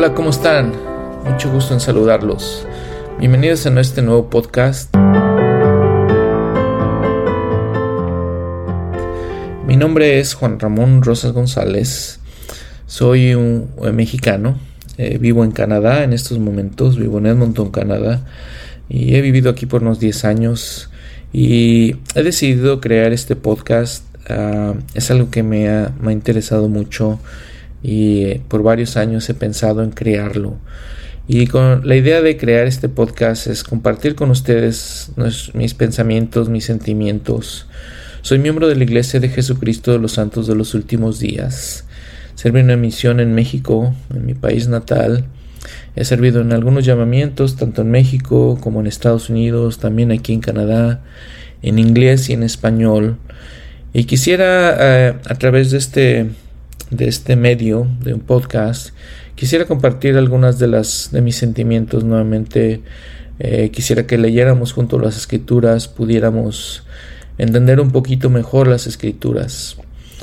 Hola, ¿cómo están? Mucho gusto en saludarlos. Bienvenidos a este nuevo podcast. Mi nombre es Juan Ramón Rosas González. Soy un mexicano. Vivo en Canadá en estos momentos. Vivo en Edmonton, Canadá. Y he vivido aquí por unos 10 años. Y he decidido crear este podcast. Es algo que me ha interesado mucho. Y por varios años he pensado en crearlo. Y con la idea de crear este podcast es compartir con ustedes mis pensamientos, mis sentimientos. Soy miembro de la Iglesia de Jesucristo de los Santos de los Últimos Días. Serví en una misión en México, en mi país natal. He servido en algunos llamamientos, tanto en México como en Estados Unidos, también aquí en Canadá, en inglés y en español. Y quisiera, a través de este medio, de un podcast, quisiera compartir algunas de mis sentimientos nuevamente. Quisiera que leyéramos junto a las Escrituras, pudiéramos entender un poquito mejor las Escrituras.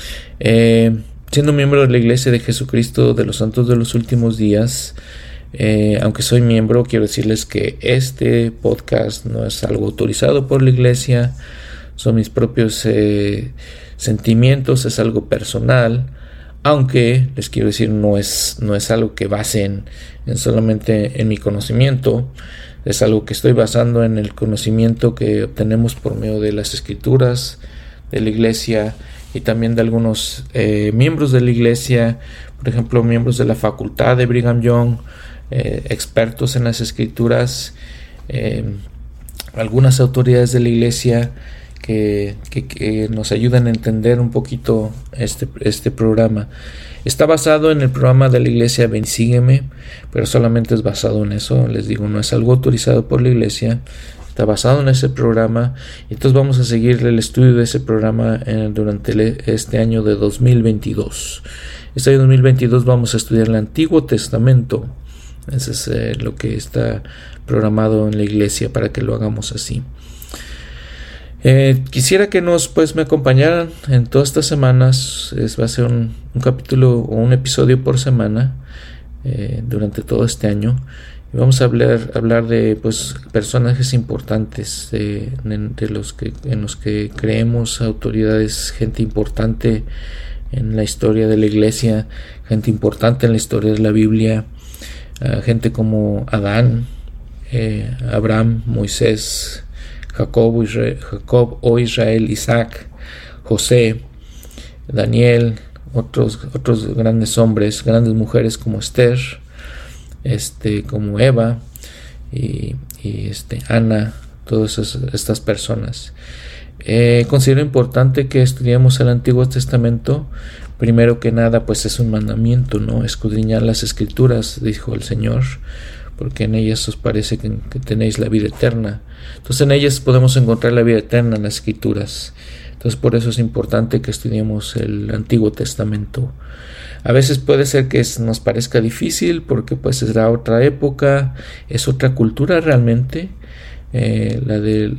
Siendo miembro de la Iglesia de Jesucristo de los Santos de los Últimos Días, aunque soy miembro, quiero decirles que este podcast no es algo autorizado por la Iglesia, son mis propios sentimientos, es algo personal. Aunque les quiero decir, no es algo que basen solamente en mi conocimiento, es algo que estoy basando en el conocimiento que obtenemos por medio de las Escrituras, de la Iglesia y también de algunos miembros de la Iglesia, por ejemplo, miembros de la facultad de Brigham Young, expertos en las Escrituras, algunas autoridades de la Iglesia que nos ayudan a entender un poquito este programa. Está basado en el programa de la Iglesia Ven y Sígueme, pero solamente es basado en eso. Les digo, no es algo autorizado por la Iglesia, está basado en ese programa. Entonces vamos a seguir el estudio de ese programa durante este año de 2022. Este año 2022 vamos a estudiar el Antiguo Testamento. Eso es lo que está programado en la Iglesia para que lo hagamos así. Quisiera que me acompañaran en todas estas semanas. Va a ser un capítulo o un episodio por semana durante todo este año. Y vamos a hablar de personajes importantes en los que creemos, autoridades, gente importante en la historia de la Iglesia, gente importante en la historia de la Biblia, gente como Adán, Abraham, Moisés, Jacob o Israel, Isaac, José, Daniel, otros grandes hombres, grandes mujeres como Esther, como Eva y Ana, todas estas personas. Considero importante que estudiemos el Antiguo Testamento. Primero que nada, es un mandamiento, ¿no? Escudriñar las Escrituras, dijo el Señor, porque en ellas os parece que tenéis la vida eterna. Entonces en ellas podemos encontrar la vida eterna en las Escrituras. Entonces por eso es importante que estudiemos el Antiguo Testamento. A veces puede ser que nos parezca difícil porque es la otra época, es otra cultura realmente, la de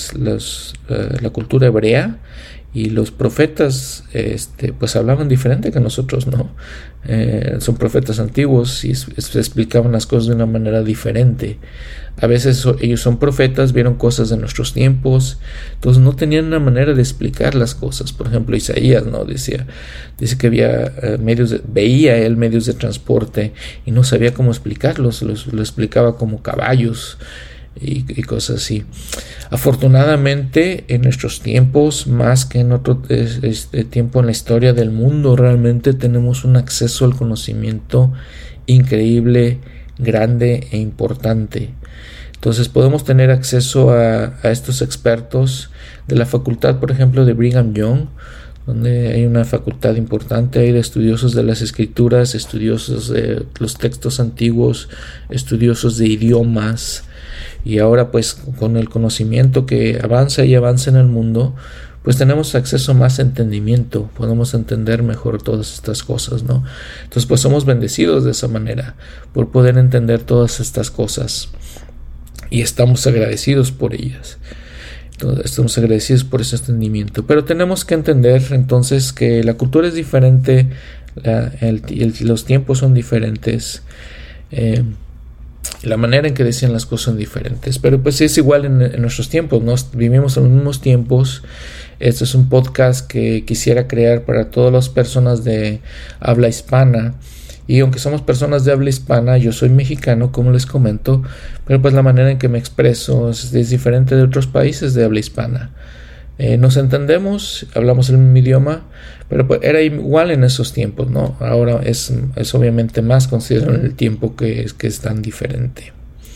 la cultura hebrea. Y los profetas hablaban diferente que nosotros, ¿no? Son profetas antiguos y se explicaban las cosas de una manera diferente. A veces ellos son profetas, vieron cosas de nuestros tiempos, entonces no tenían una manera de explicar las cosas. Por ejemplo, Isaías, ¿no? Dice que había veía él medios de transporte y no sabía cómo explicarlos, lo explicaba como caballos y cosas así. Afortunadamente en nuestros tiempos, más que en otro tiempo en la historia del mundo, realmente tenemos un acceso al conocimiento increíble, grande e importante. Entonces podemos tener acceso a estos expertos de la facultad, por ejemplo, de Brigham Young, donde hay una facultad importante, hay de estudiosos de las Escrituras, estudiosos de los textos antiguos, estudiosos de idiomas. Y ahora con el conocimiento que avanza en el mundo, tenemos acceso a más entendimiento, podemos entender mejor todas estas cosas, ¿no? Entonces somos bendecidos de esa manera, por poder entender todas estas cosas. Y estamos agradecidos por ellas. Entonces, estamos agradecidos por ese entendimiento. Pero tenemos que entender entonces que la cultura es diferente, los tiempos son diferentes. La manera en que decían las cosas son diferentes, pero pues es igual en nuestros tiempos, ¿no? Vivimos en los mismos tiempos. Este es un podcast que quisiera crear para todas las personas de habla hispana, y aunque somos personas de habla hispana, yo soy mexicano, como les comento, pero pues la manera en que me expreso es diferente de otros países de habla hispana. Nos entendemos, hablamos el mismo idioma, pero pues era igual en esos tiempos, ¿no? Ahora es obviamente más, considerando el tiempo que es tan diferente.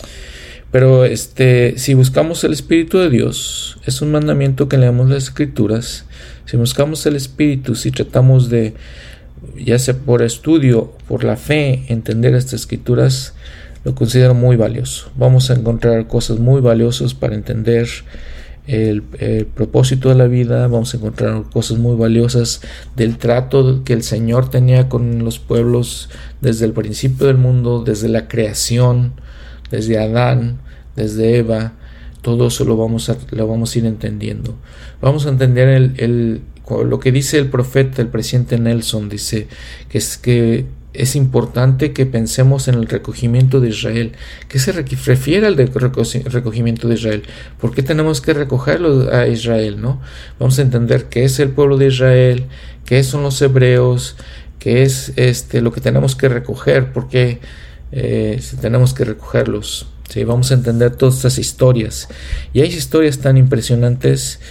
Pero si buscamos el Espíritu de Dios, es un mandamiento que leamos las Escrituras. Si buscamos el Espíritu, si tratamos de, ya sea por estudio, por la fe, entender estas Escrituras, lo considero muy valioso. Vamos a encontrar cosas muy valiosas para entender el propósito de la vida. Vamos a encontrar cosas muy valiosas del trato que el Señor tenía con los pueblos desde el principio del mundo, desde la creación, desde Adán, desde Eva. Todo eso lo vamos a ir entendiendo. Vamos a entender lo que dice el profeta, el presidente Nelson. Dice que es importante que pensemos en el recogimiento de Israel. ¿Qué se refiere al recogimiento de Israel? ¿Por qué tenemos que recogerlo a Israel, no? Vamos a entender qué es el pueblo de Israel, qué son los hebreos, qué es lo que tenemos que recoger, por qué tenemos que recogerlos. ¿Sí? Vamos a entender todas estas historias. Y hay historias tan impresionantes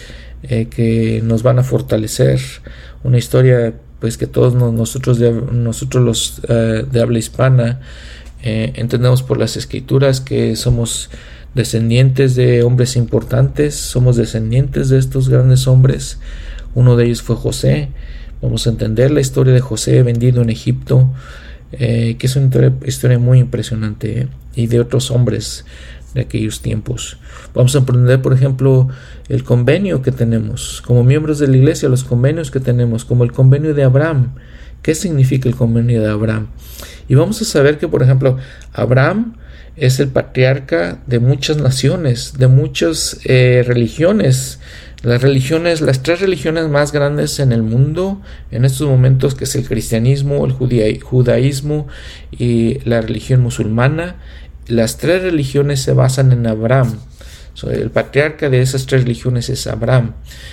que nos van a fortalecer. Una historia pues que todos nosotros los de habla hispana entendemos por las Escrituras, que somos descendientes de hombres importantes, somos descendientes de estos grandes hombres. Uno de ellos fue José. Vamos a entender la historia de José vendido en Egipto, que es una historia muy impresionante, y de otros hombres de aquellos tiempos. Vamos a aprender, por ejemplo, el convenio que tenemos como miembros de la iglesia, los convenios que tenemos, como el convenio de Abraham. ¿Qué significa el convenio de Abraham? Y vamos a saber que, por ejemplo, Abraham es el patriarca de muchas naciones, de muchas religiones. Las tres religiones más grandes en el mundo en estos momentos, que es el cristianismo, el judaísmo y la religión musulmana. Las tres religiones se basan en Abraham. El patriarca de esas tres religiones es Abraham.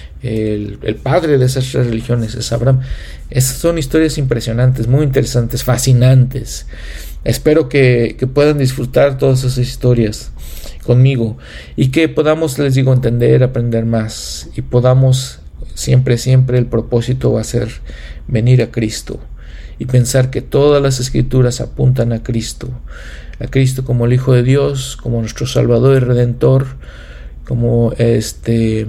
El padre de esas tres religiones es Abraham. Esas son historias impresionantes, muy interesantes, fascinantes. Espero que puedan disfrutar todas esas historias conmigo, y que podamos, les digo, entender, aprender más, y podamos siempre el propósito va a ser venir a Cristo y pensar que todas las Escrituras apuntan a Cristo como el Hijo de Dios, como nuestro Salvador y Redentor, como el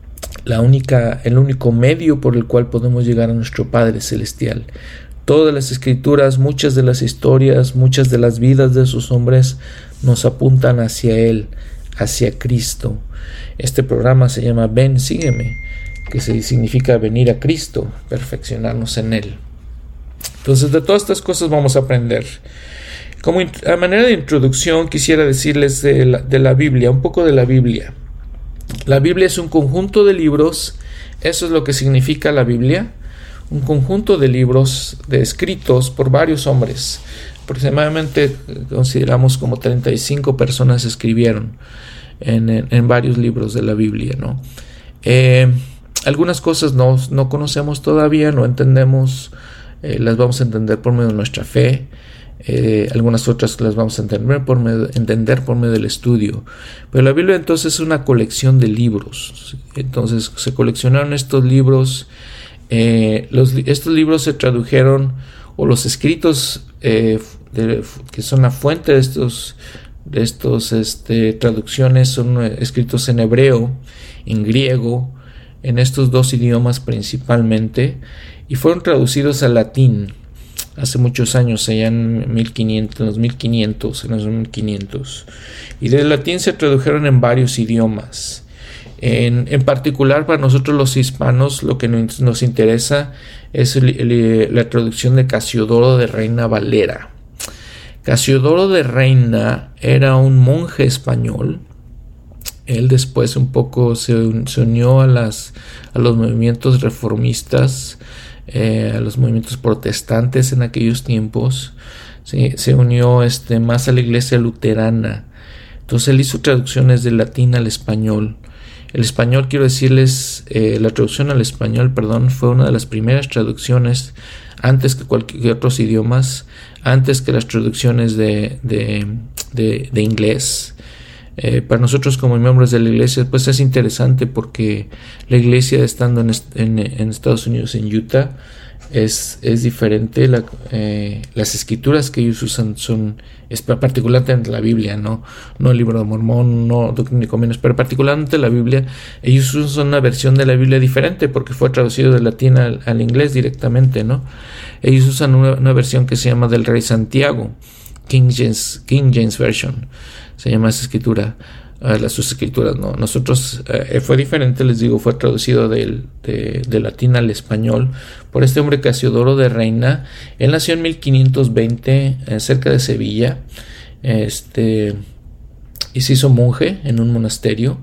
único medio por el cual podemos llegar a nuestro Padre Celestial. Todas las Escrituras, muchas de las historias, muchas de las vidas de esos hombres nos apuntan hacia Él, hacia Cristo. Este programa se llama Ven, sígueme, que significa venir a Cristo, perfeccionarnos en Él. Entonces, de todas estas cosas vamos a aprender. Como a manera de introducción, quisiera decirles de la Biblia, un poco de la Biblia. La Biblia es un conjunto de libros. Eso es lo que significa la Biblia. Un conjunto de libros escritos por varios hombres. Aproximadamente consideramos como 35 personas escribieron en varios libros de la Biblia, ¿no? Algunas cosas no conocemos todavía, no entendemos, las vamos a entender por medio de nuestra fe. Algunas otras las vamos a entender por medio del estudio. Pero la Biblia entonces es una colección de libros. Entonces se coleccionaron estos libros. Estos libros se tradujeron, o los escritos que son la fuente de estos traducciones son escritos en hebreo, en griego, en estos dos idiomas principalmente, y fueron traducidos al latín hace muchos años, allá en los 1500, y del latín se tradujeron en varios idiomas. En particular, para nosotros los hispanos, lo que nos interesa es la traducción de Casiodoro de Reina Valera. Casiodoro de Reina era un monje español. Él después un poco se unió a los movimientos reformistas, a los movimientos protestantes en aquellos tiempos. ¿sí? Se unió más a la iglesia luterana. Entonces él hizo traducciones del latín al español. El español, quiero decirles, la traducción al español, fue una de las primeras traducciones, antes que cualquier otros idiomas, antes que las traducciones de inglés. Para nosotros como miembros de la iglesia, pues es interesante porque la iglesia, estando en Estados Unidos, en Utah, es diferente. Las escrituras que ellos usan es particularmente la Biblia, no el libro de Mormón, no Doctrina y Convenios, pero particularmente la Biblia. Ellos usan una versión de la Biblia diferente porque fue traducido del latín al inglés directamente, ¿no? Ellos usan una versión que se llama del Rey Santiago, King James Version, se llama esa escritura. Sus escrituras, no. Nosotros fue diferente, les digo, fue traducido del latín al español por este hombre Casiodoro de Reina. Él nació en 1520 cerca de Sevilla, y se hizo monje en un monasterio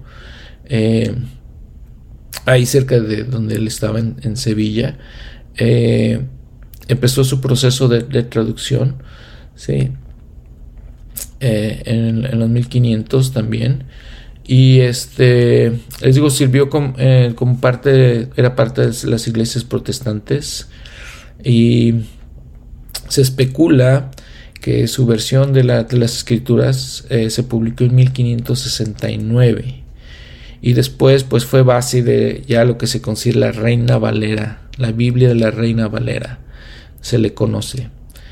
ahí cerca de donde él estaba en Sevilla. Empezó su proceso de traducción, ¿sí? En los 1500 también, y les digo, sirvió como parte, era parte de las iglesias protestantes, y se especula que su versión de las escrituras se publicó en 1569, y después pues fue base de ya lo que se considera la Reina Valera, la Biblia de la Reina Valera se le conoce.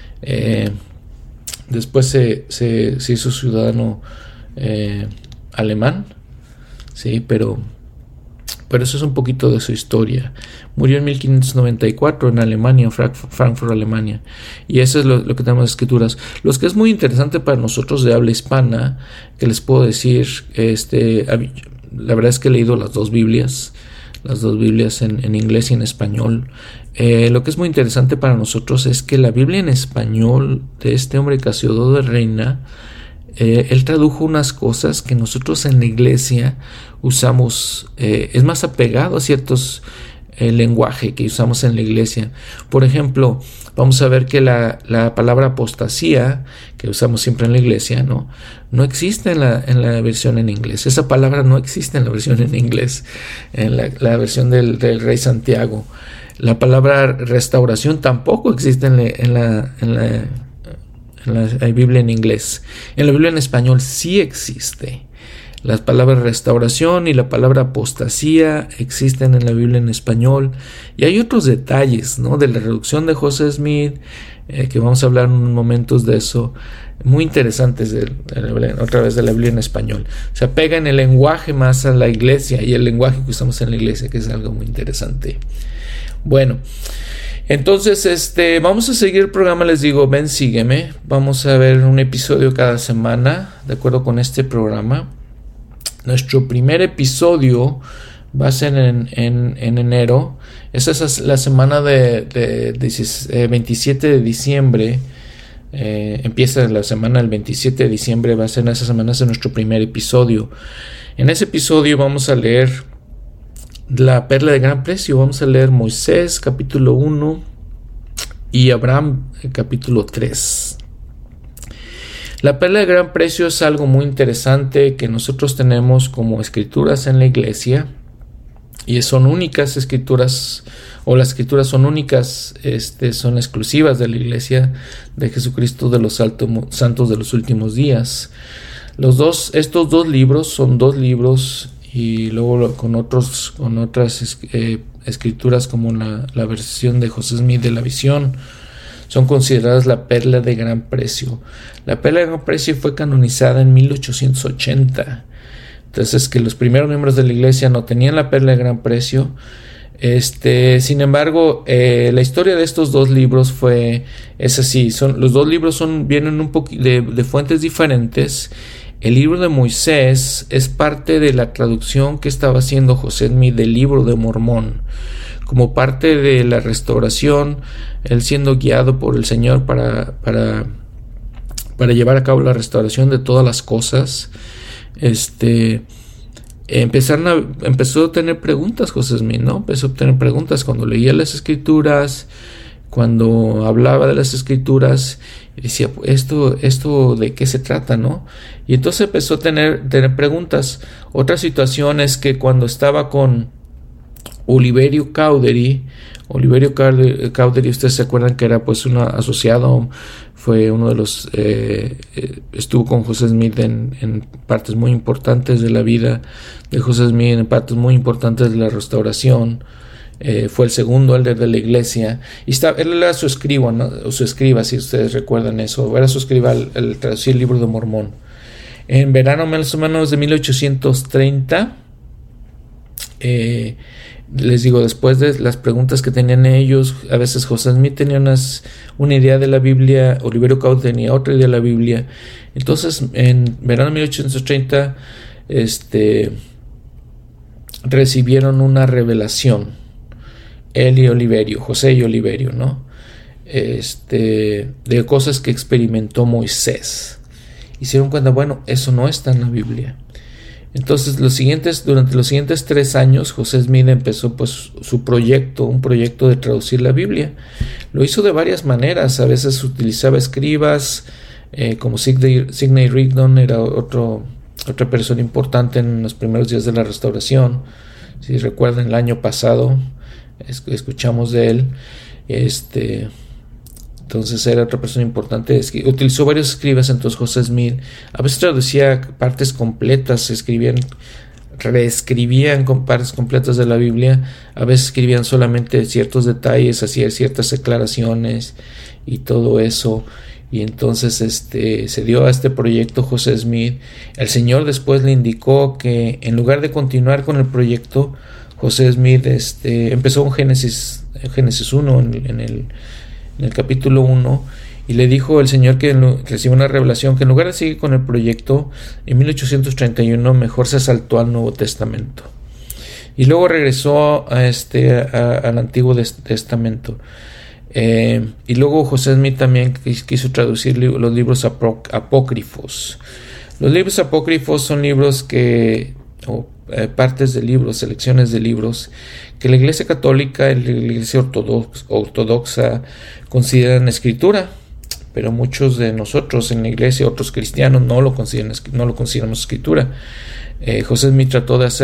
Después se hizo ciudadano alemán, sí, pero eso es un poquito de su historia. Murió en 1594 en Alemania, en Frankfurt, Alemania, y eso es lo que tenemos de escrituras. Lo que es muy interesante para nosotros de habla hispana, que les puedo decir, la verdad es que he leído las dos Biblias en inglés y en español. Lo que es muy interesante para nosotros es que la Biblia en español de este hombre Casiodoro de Reina, él tradujo unas cosas que nosotros en la iglesia usamos, es más apegado a ciertos lenguaje que usamos en la iglesia. Por ejemplo, vamos a ver que la palabra apostasía, que usamos siempre en la iglesia, no existe en la versión en inglés. Esa palabra no existe en la versión en inglés, en la versión del Rey Santiago. La palabra restauración tampoco existe en la Biblia en inglés. En la Biblia en español sí existe. Las palabras restauración y la palabra apostasía existen en la Biblia en español. Y hay otros detalles, ¿no? De la reducción de José Smith, que vamos a hablar en unos momentos de eso, muy interesantes otra vez de la Biblia en español. Se apega en el lenguaje más a la iglesia y el lenguaje que usamos en la iglesia, que es algo muy interesante. Bueno, entonces vamos a seguir el programa, les digo, ven, sígueme. Vamos a ver un episodio cada semana, de acuerdo con este programa. Nuestro primer episodio va a ser en enero. Esa es la semana de 27 de diciembre. Empieza la semana del 27 de diciembre. Va a ser en esa semana, es nuestro primer episodio. En ese episodio vamos a leer la perla de gran precio. Vamos a leer Moisés capítulo 1 y Abraham capítulo 3. La perla de gran precio es algo muy interesante que nosotros tenemos como escrituras en la iglesia, y son únicas escrituras, o las escrituras son únicas, son exclusivas de la iglesia de Jesucristo de los santos de los últimos días. Estos dos libros son dos libros, y luego con otras escrituras como la versión de José Smith de la visión, son consideradas la perla de gran precio. La perla de gran precio fue canonizada en 1880. Entonces, que los primeros miembros de la iglesia no tenían la perla de gran precio. Sin embargo, la historia de estos dos libros es así. Los dos libros vienen un poco de fuentes diferentes. El libro de Moisés es parte de la traducción que estaba haciendo José Smith del libro de Mormón, como parte de la restauración, él siendo guiado por el Señor para llevar a cabo la restauración de todas las cosas. Empezó a tener preguntas José Smith, ¿no? Empezó a tener preguntas cuando leía las escrituras, cuando hablaba de las escrituras, Y decía, esto ¿de qué se trata, no? Y entonces empezó a tener preguntas. Otra situación es que cuando estaba con Oliverio Cowdery, ustedes se acuerdan que era pues un asociado, fue uno de los, estuvo con José Smith en partes muy importantes de la vida de José Smith, en partes muy importantes de la restauración. Fue el segundo elder de la iglesia, y él era su escriba, ¿no? O su escriba, si ustedes recuerdan eso, era su escriba al traducir el libro de Mormón. En verano más o menos de 1830, les digo, después de las preguntas que tenían ellos, a veces José Smith tenía una idea de la Biblia, Oliverio Cowdery tenía otra idea de la Biblia. Entonces en verano de 1830 recibieron una revelación, él y Oliverio, José y Oliverio, ¿no? De cosas que experimentó Moisés. Hicieron cuenta, bueno, eso no está en la Biblia. Entonces durante los siguientes 3 años José Smith empezó pues un proyecto de traducir la Biblia. Lo hizo de varias maneras. A veces utilizaba escribas, como Sidney Rigdon era otra persona importante en los primeros días de la restauración. Si recuerdan, el año pasado escuchamos de él. Entonces era otra persona importante. Utilizó varios escribas. Entonces José Smith a veces traducía partes completas, reescribían con partes completas de la Biblia, a veces escribían solamente ciertos detalles, hacía ciertas aclaraciones y todo eso. Y entonces se dio a este proyecto José Smith. El Señor después le indicó que en lugar de continuar con el proyecto, José Smith empezó en Génesis 1, en el capítulo 1, y le dijo el Señor que recibió una revelación que en lugar de seguir con el proyecto, en 1831 mejor se saltó al Nuevo Testamento. Y luego regresó al Antiguo Testamento. Y luego José Smith también quiso traducir los libros apócrifos. Los libros apócrifos son libros partes de libros, selecciones de libros que la Iglesia Católica y la Iglesia Ortodoxa consideran escritura, pero muchos de nosotros en la Iglesia, otros cristianos, no lo consideramos escritura. José Smith trató de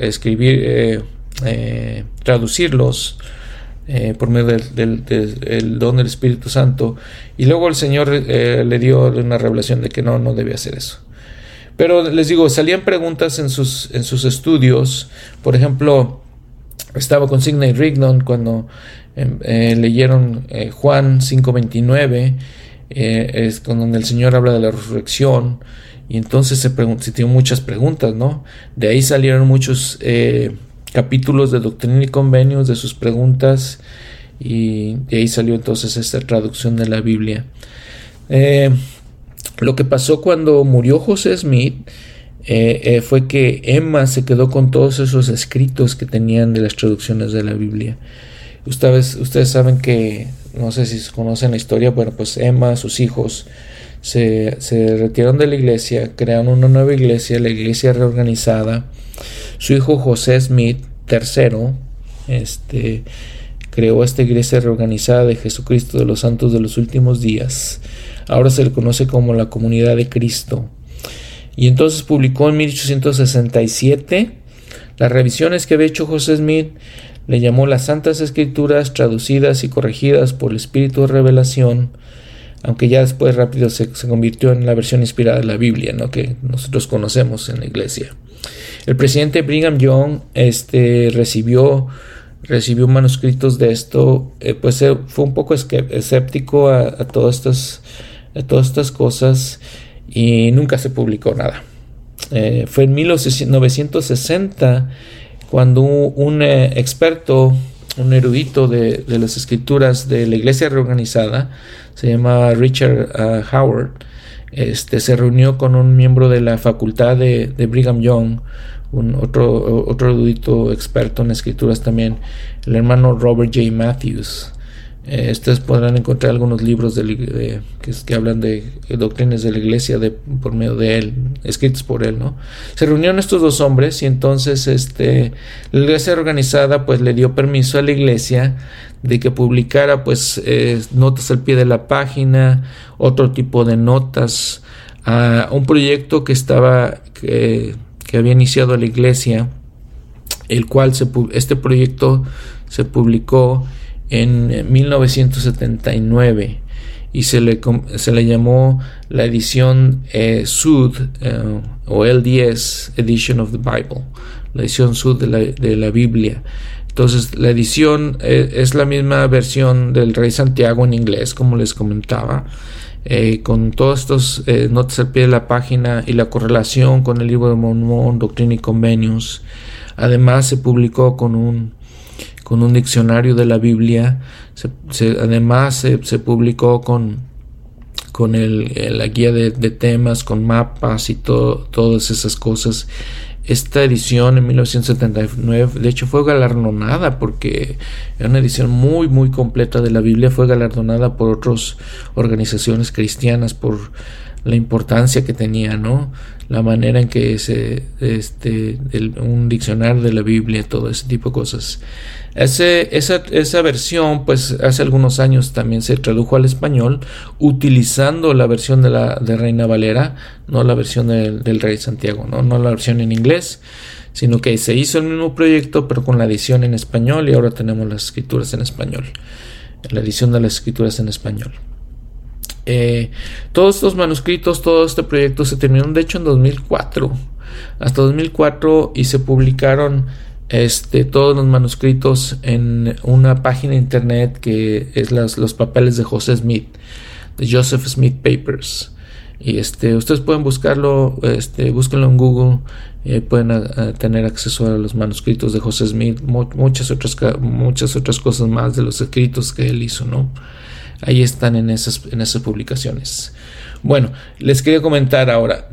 traducirlos por medio del don del Espíritu Santo, y luego el Señor le dio una revelación de que no debía hacer eso. Pero les digo, salían preguntas en sus estudios. Por ejemplo, estaba con Sidney Rigdon cuando leyeron Juan 5:29, es con donde el Señor habla de la resurrección, y entonces se tiene muchas preguntas, ¿no? De ahí salieron muchos capítulos de Doctrina y Convenios de sus preguntas, y de ahí salió entonces esta traducción de la Biblia. Lo que pasó cuando murió José Smith fue que Emma se quedó con todos esos escritos que tenían de las traducciones de la Biblia. Ustedes saben que, no sé si conocen la historia, bueno, pues Emma, sus hijos, se retiraron de la iglesia, crearon una nueva iglesia, la iglesia reorganizada. Su hijo José Smith III creó esta iglesia reorganizada de Jesucristo de los Santos de los Últimos Días. Ahora se le conoce como la Comunidad de Cristo. Y entonces publicó en 1867 las revisiones que había hecho José Smith. Le llamó las Santas Escrituras, traducidas y corregidas por el Espíritu de Revelación, aunque ya después rápido se convirtió en la versión inspirada de la Biblia, ¿no?, que nosotros conocemos en la iglesia. El presidente Brigham Young recibió manuscritos de esto, pues fue un poco escéptico a todas estas cosas, y nunca se publicó nada. Fue en 1960 cuando un experto, un erudito de las escrituras de la iglesia reorganizada, se llama Richard Howard, se reunió con un miembro de la facultad de Brigham Young, otro erudito experto en escrituras también, el hermano Robert J. Matthews. Ustedes podrán encontrar algunos libros que hablan de doctrinas de la iglesia por medio de él, escritos por él, ¿no? Se reunieron estos dos hombres y entonces la iglesia organizada pues le dio permiso a la iglesia de que publicara pues notas al pie de la página, otro tipo de notas, a un proyecto que había iniciado la iglesia, el cual este proyecto se publicó en 1979 y se le llamó la edición Sud o LDS Edition of the Bible, la edición Sud de la Biblia. Entonces la edición es la misma versión del Rey Santiago en inglés, como les comentaba, con todos estos notas al pie de la página y la correlación con el Libro de Mormón, Doctrina y Convenios. Además se publicó con un diccionario de la Biblia. Además se publicó con la guía de temas, con mapas y todas esas cosas. Esta edición en 1979 de hecho fue galardonada, porque era una edición muy muy completa de la Biblia. Fue galardonada por otras organizaciones cristianas por la importancia que tenía, ¿no? La manera en que un diccionario de la Biblia, todo ese tipo de cosas. Esa versión, pues hace algunos años también se tradujo al español, utilizando la versión de Reina Valera, no la versión del Rey Santiago, no la versión en inglés, sino que se hizo el mismo proyecto, pero con la edición en español, y ahora tenemos las escrituras en español, la edición de las escrituras en español. Todos estos manuscritos, todo este proyecto se terminó de hecho en 2004, hasta 2004, y se publicaron todos los manuscritos en una página de internet que es los papeles de José Smith, de Joseph Smith Papers. Y ustedes pueden buscarlo, búsquenlo en Google, pueden tener acceso a los manuscritos de José Smith, muchas otras cosas más de los escritos que él hizo, ¿no? Ahí están en esas publicaciones. Bueno, les quería comentar ahora,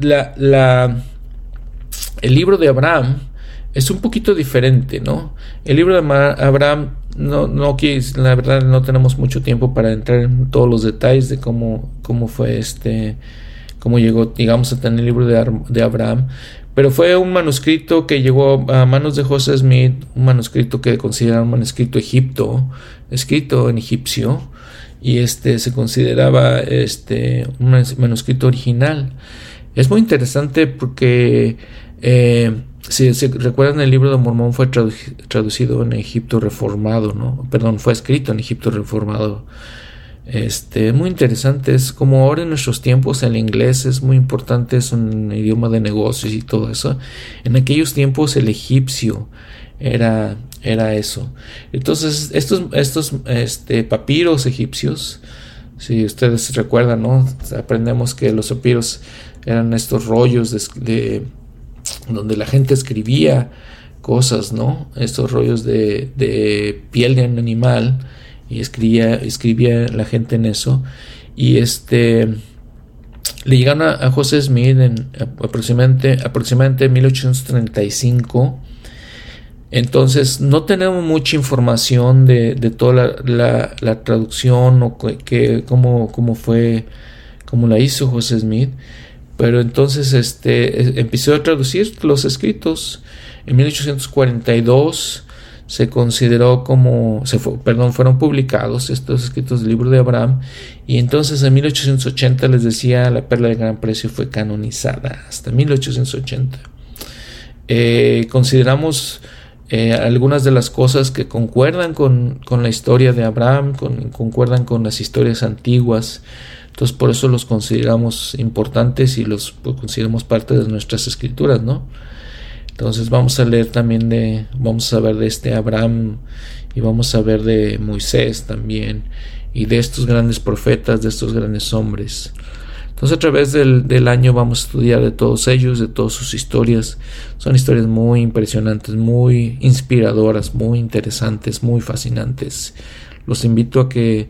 el libro de Abraham es un poquito diferente, ¿no? El libro de Abraham, la verdad no tenemos mucho tiempo para entrar en todos los detalles de cómo fue cómo llegó, digamos, a tener el libro de Abraham, pero fue un manuscrito que llegó a manos de José Smith, un manuscrito que consideraron un manuscrito escrito en egipcio, y se consideraba un manuscrito original. Es muy interesante porque si recuerdan, el Libro de Mormón fue traducido en Egipto reformado, ¿no? Perdón, fue escrito en Egipto reformado. Muy interesante. Es como ahora en nuestros tiempos el inglés es muy importante, es un idioma de negocios y todo eso. En aquellos tiempos el egipcio era eso. Entonces estos papiros egipcios, si ustedes recuerdan, ¿no? Aprendemos que los papiros eran estos rollos de donde la gente escribía cosas, ¿no? Estos rollos de piel de un animal, y escribía la gente en eso. Y le llegaron a José Smith en aproximadamente 1835. Entonces no tenemos mucha información de toda la traducción o cómo la hizo José Smith, pero entonces empezó a traducir los escritos. En 1842 se consideró fueron publicados estos escritos del libro de Abraham, y entonces en 1880, les decía, la perla de gran precio fue canonizada hasta 1880. Consideramos algunas de las cosas que concuerdan con la historia de Abraham, concuerdan con las historias antiguas. Entonces por eso los consideramos importantes y los consideramos parte de nuestras escrituras, ¿no? Entonces vamos a ver de Abraham, y vamos a ver de Moisés también, y de estos grandes profetas, de estos grandes hombres. Entonces a través del año vamos a estudiar de todos ellos, de todas sus historias. Son historias muy impresionantes, muy inspiradoras, muy interesantes, muy fascinantes. Los invito a que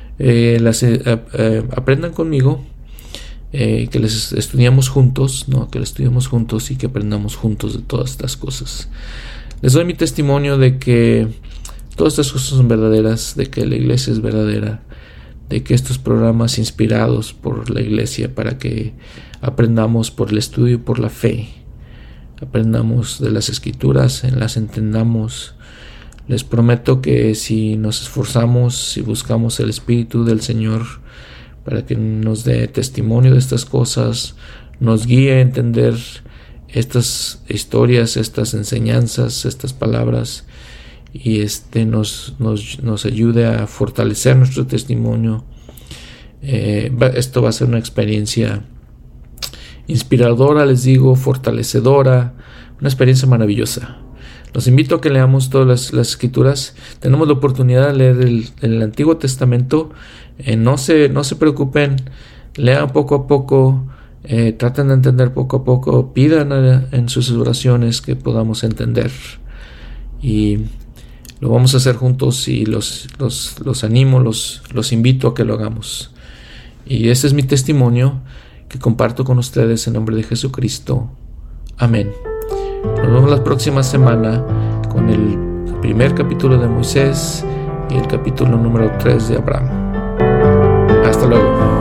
aprendan conmigo, que les estudiamos juntos, ¿no? Que les estudiemos juntos y que aprendamos juntos de todas estas cosas. Les doy mi testimonio de que Todas estas cosas son verdaderas, de que la iglesia es verdadera, de que estos programas inspirados por la iglesia para que aprendamos por el estudio y por la fe, aprendamos de las escrituras, las entendamos. Les prometo que si nos esforzamos, si buscamos el Espíritu del Señor para que nos dé testimonio de estas cosas, nos guíe a entender estas historias, estas enseñanzas, estas palabras, y nos ayude a fortalecer nuestro testimonio, esto va a ser una experiencia inspiradora, les digo, fortalecedora, una experiencia maravillosa. Los invito a que leamos todas las escrituras. Tenemos la oportunidad de leer el Antiguo Testamento. No se preocupen, lean poco a poco, traten de entender poco a poco, pidan en sus oraciones que podamos entender, y lo vamos a hacer juntos, y los animo, los invito a que lo hagamos. Y ese es mi testimonio que comparto con ustedes en nombre de Jesucristo. Amén. Nos vemos la próxima semana con el primer capítulo de Moisés y el capítulo número 3 de Abraham. Hasta luego.